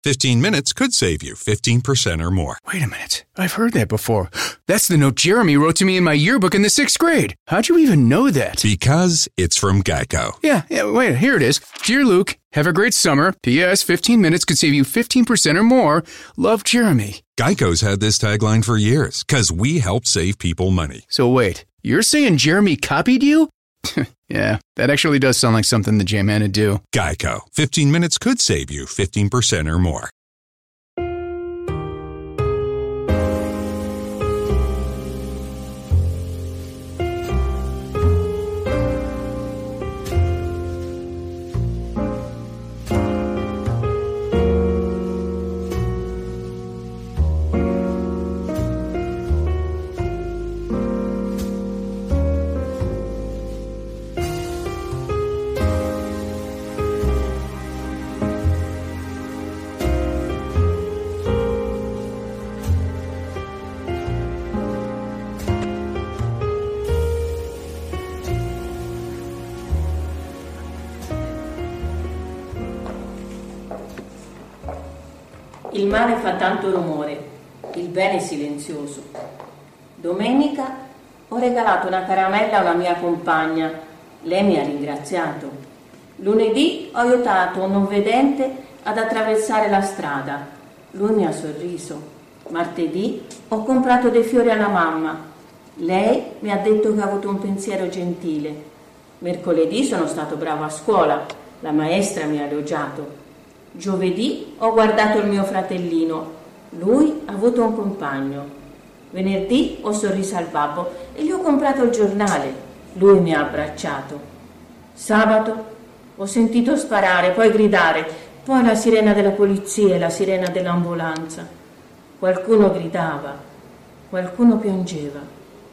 15 minutes could save you 15% or more. Wait a minute. I've heard that before. That's the note Jeremy wrote to me in my yearbook in the 6th grade. How'd you even know that? Because it's from Geico. Yeah, wait, here it is. Dear Luke, have a great summer. P.S. 15 minutes could save you 15% or more. Love, Jeremy. Geico's had this tagline for years, because we help save people money. So wait, you're saying Jeremy copied you? Yeah, that actually does sound like something the J-Man would do. Geico. 15 minutes could save you 15% or more. Il male fa tanto rumore, il bene è silenzioso. Domenica ho regalato una caramella a una mia compagna, lei mi ha ringraziato. Lunedì ho aiutato un non vedente ad attraversare la strada, lui mi ha sorriso. Martedì ho comprato dei fiori alla mamma, lei mi ha detto che ha avuto un pensiero gentile. Mercoledì sono stato bravo a scuola, la maestra mi ha elogiato. Giovedì ho guardato il mio fratellino, lui ha avuto un compagno. Venerdì ho sorriso al babbo e gli ho comprato il giornale, lui mi ha abbracciato. Sabato ho sentito sparare, poi gridare, poi la sirena della polizia e la sirena dell'ambulanza. Qualcuno gridava, qualcuno piangeva.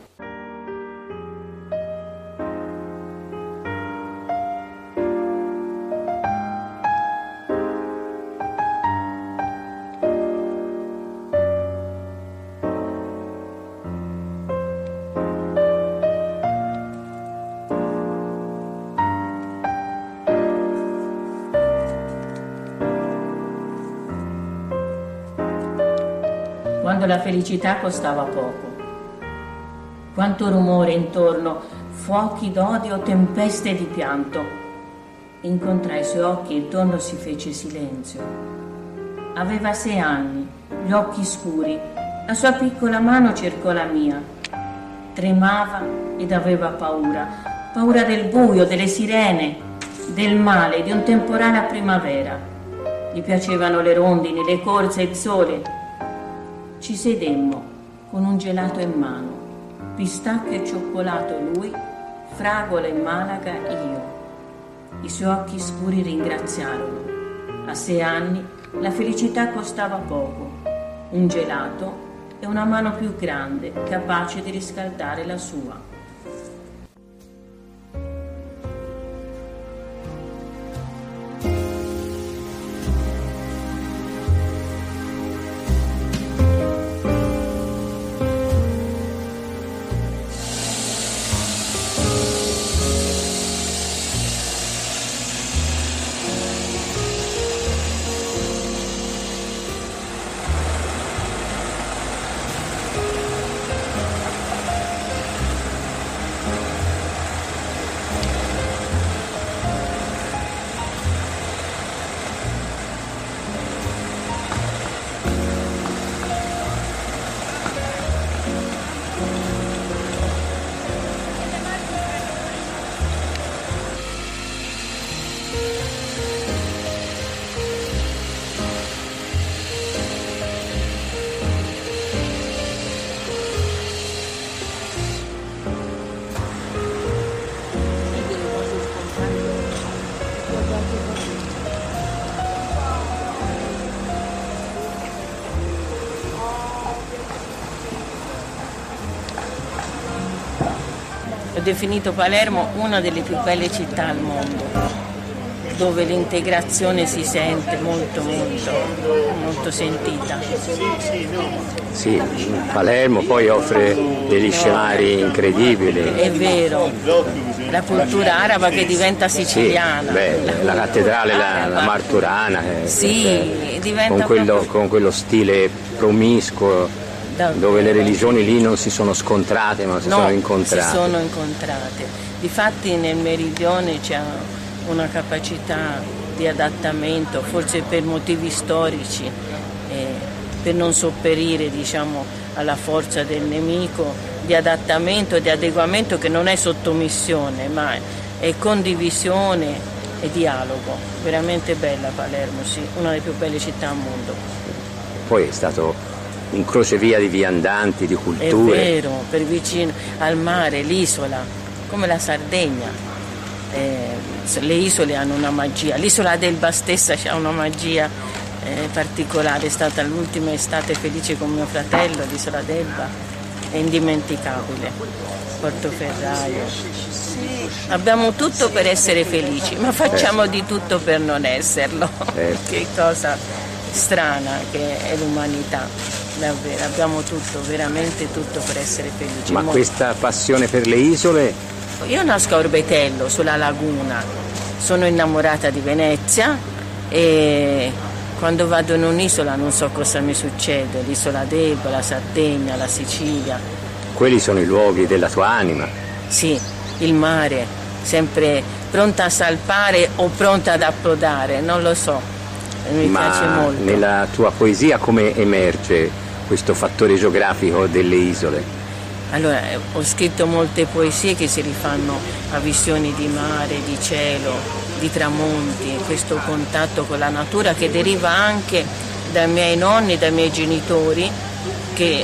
Quando la felicità costava poco. Quanto rumore intorno, fuochi d'odio, tempeste di pianto. Incontrai i suoi occhi e intorno si fece silenzio. Aveva 6 anni, gli occhi scuri, la sua piccola mano cercò la mia. Tremava ed aveva paura, paura del buio, delle sirene, del male, di un temporale a primavera. Gli piacevano le rondini, le corse, il sole. Ci sedemmo con un gelato in mano, pistacchio e cioccolato lui, fragola e Malaga io. I suoi occhi scuri ringraziarono. A 6 anni la felicità costava poco, un gelato e una mano più grande capace di riscaldare la sua. Ho definito Palermo una delle più belle città al mondo, dove l'integrazione si sente molto sentita. Sì, Palermo poi offre degli scenari incredibili. È vero, la cultura araba che diventa siciliana. Sì, la cattedrale, la Marturana, sì, diventa con quello stile promiscuo, dove le religioni lì non si sono scontrate ma sono incontrate. Si sono incontrate. Difatti nel meridione c'è una capacità di adattamento, forse per motivi storici, per non sopperire, diciamo, alla forza del nemico, di adattamento, di adeguamento, che non è sottomissione, ma è condivisione e dialogo. Veramente bella Palermo, sì, una delle più belle città al mondo. Poi è stato un crocevia di viandanti, di culture. È vero, per vicino al mare, l'isola, come la Sardegna. Le isole hanno una magia, l'isola d'Elba stessa ha una magia particolare. È stata l'ultima estate felice con mio fratello, l'isola d'Elba è indimenticabile. Portoferraio, abbiamo tutto per essere felici, ma facciamo di tutto per non esserlo. Che cosa strana che è l'umanità, davvero, abbiamo tutto, veramente tutto per essere felici. Ma questa passione per le isole? Io nasco a Orbetello, sulla laguna, sono innamorata di Venezia e quando vado in un'isola non so cosa mi succede, l'isola d'Elba, la Sardegna, la Sicilia. Quelli sono i luoghi della tua anima? Sì, il mare, sempre pronta a salpare o pronta ad approdare, non lo so, mi piace molto. Nella tua poesia come emerge questo fattore geografico delle isole? Allora, ho scritto molte poesie che si rifanno a visioni di mare, di cielo, di tramonti, questo contatto con la natura che deriva anche dai miei nonni, dai miei genitori, che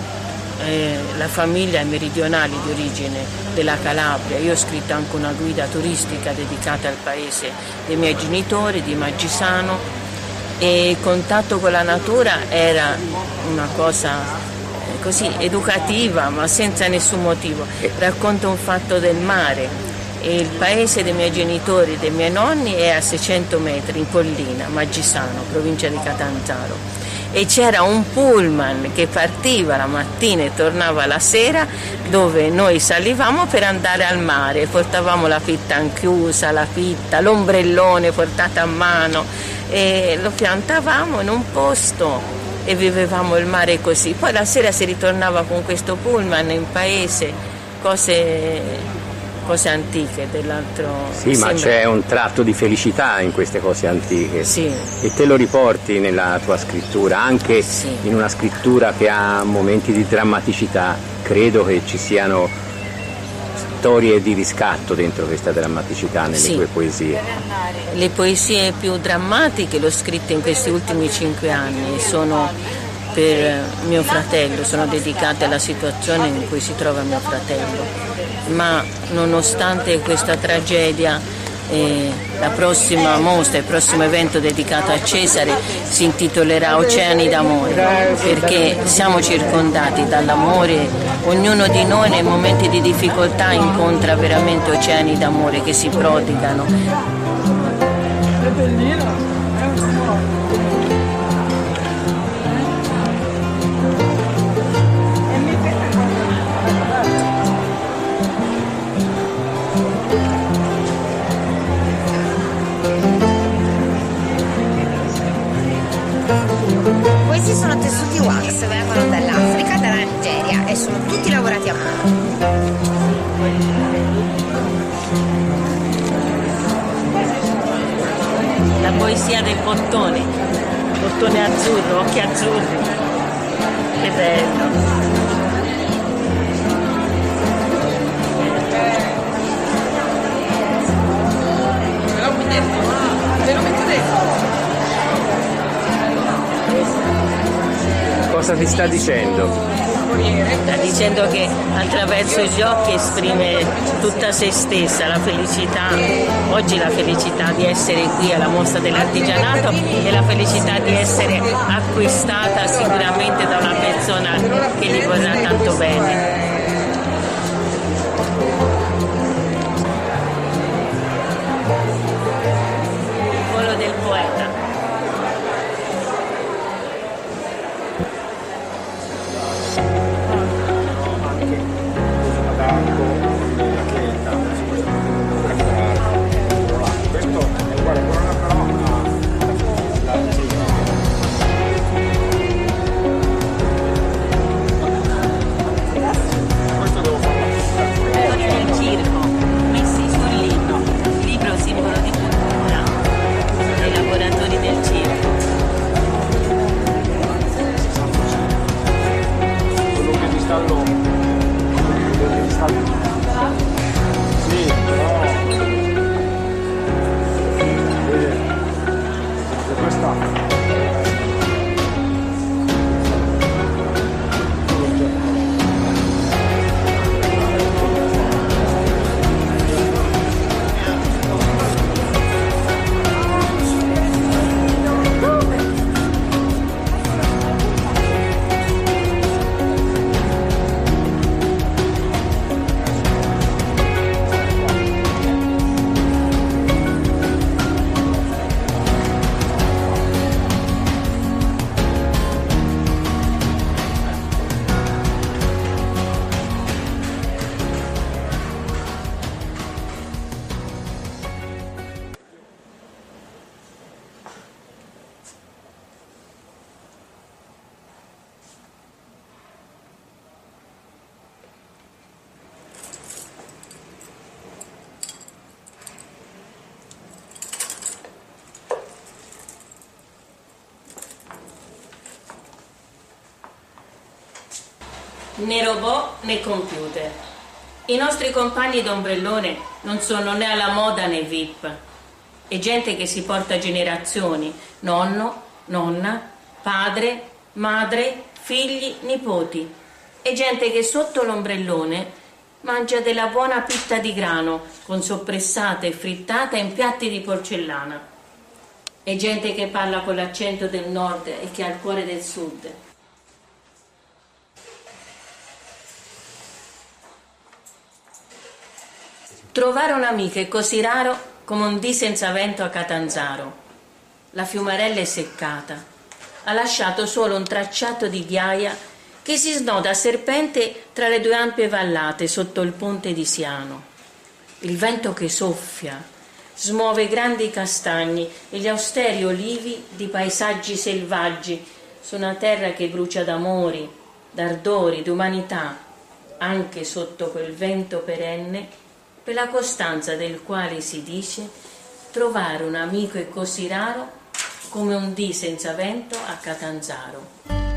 la famiglia è meridionale di origine della Calabria. Io ho scritto anche una guida turistica dedicata al paese dei miei genitori, di Maggisano, e il contatto con la natura era una cosa così educativa, ma senza nessun motivo. Racconto un fatto del mare. Il paese dei miei genitori, dei miei nonni, è a 600 metri in collina, Maggisano, provincia di Catanzaro. E c'era un pullman che partiva la mattina e tornava la sera, dove noi salivamo per andare al mare. Portavamo la fitta anchiusa, la fitta, l'ombrellone portato a mano e lo piantavamo in un posto e vivevamo il mare così. Poi la sera si ritornava con questo pullman in paese, cose antiche dell'altro. Sì, ma c'è un tratto di felicità in queste cose antiche. Sì. E te lo riporti nella tua scrittura, anche in una scrittura che ha momenti di drammaticità. Credo che ci siano storie di riscatto dentro questa drammaticità nelle tue poesie. Le poesie più drammatiche le ho scritte in questi ultimi 5 anni, sono per mio fratello, sono dedicate alla situazione in cui si trova mio fratello. Ma nonostante questa tragedia, la prossima mostra, il prossimo evento dedicato a Cesare si intitolerà Oceani d'amore, perché siamo circondati dall'amore, ognuno di noi nei momenti di difficoltà incontra veramente oceani d'amore che si prodigano. Questi sono tessuti wax, vengono dall'Africa, dalla Nigeria e sono tutti lavorati a mano. La poesia del bottone azzurro, occhi azzurri, che bello. Cosa ti sta dicendo? Sta dicendo che attraverso gli occhi esprime tutta se stessa, la felicità, oggi la felicità di essere qui alla mostra dell'artigianato e la felicità di essere acquistata sicuramente da una persona che gli vorrà tanto bene. Il volo del poeta. né robot né computer. I nostri compagni d'ombrellone non sono né alla moda né VIP. È gente che si porta generazioni, nonno, nonna, padre, madre, figli, nipoti. È gente che sotto l'ombrellone mangia della buona pitta di grano con soppressata e frittata in piatti di porcellana. È gente che parla con l'accento del nord e che ha il cuore del sud. Trovare un'amica è così raro come un dì senza vento a Catanzaro. La fiumarella è seccata, ha lasciato solo un tracciato di ghiaia che si snoda a serpente tra le due ampie vallate sotto il ponte di Siano. Il vento che soffia smuove i grandi castagni e gli austeri olivi di paesaggi selvaggi su una terra che brucia d'amori, d'ardori, d'umanità, anche sotto quel vento perenne, per la costanza del quale si dice trovare un amico è così raro come un dì senza vento a Catanzaro.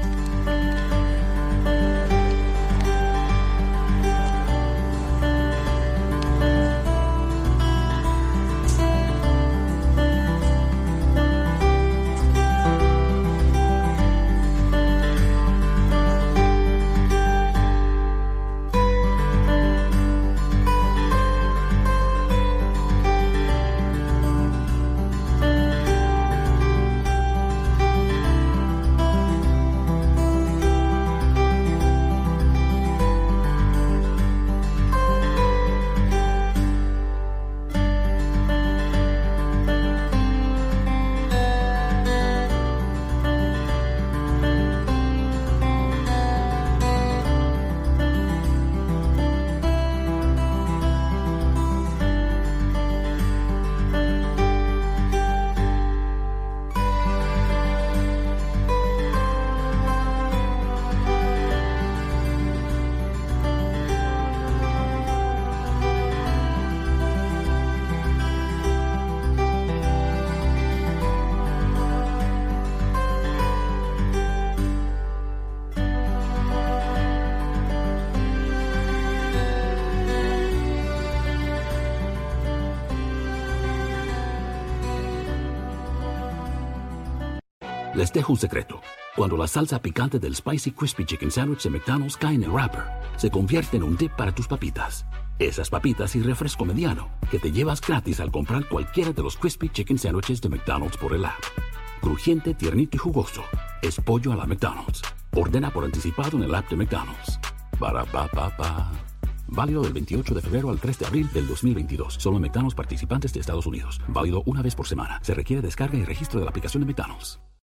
Les dejo un secreto. Cuando la salsa picante del Spicy Crispy Chicken Sandwich de McDonald's cae en el wrapper, se convierte en un dip para tus papitas. Esas papitas y refresco mediano que te llevas gratis al comprar cualquiera de los Crispy Chicken Sandwiches de McDonald's por el app. Crujiente, tiernito y jugoso. Es pollo a la McDonald's. Ordena por anticipado en el app de McDonald's. Ba-da-ba-ba-ba. Válido del 28 de febrero al 3 de abril del 2022. Solo en McDonald's participantes de Estados Unidos. Válido una vez por semana. Se requiere descarga y registro de la aplicación de McDonald's.